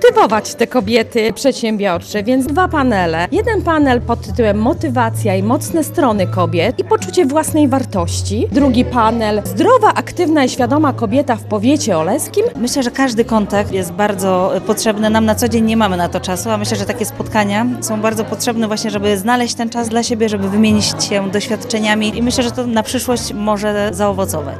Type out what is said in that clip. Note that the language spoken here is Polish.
motywować te kobiety przedsiębiorcze, więc 2 panele. Jeden panel pod tytułem Motywacja i mocne strony kobiet i poczucie własnej wartości. Drugi panel Zdrowa, aktywna i świadoma kobieta w powiecie oleskim. Myślę, że każdy kontakt jest bardzo potrzebny. Nam na co dzień nie mamy na to czasu, a myślę, że takie spotkania są bardzo potrzebne właśnie, żeby znaleźć ten czas dla siebie, żeby wymienić się doświadczeniami i myślę, że to na przyszłość może zaowocować.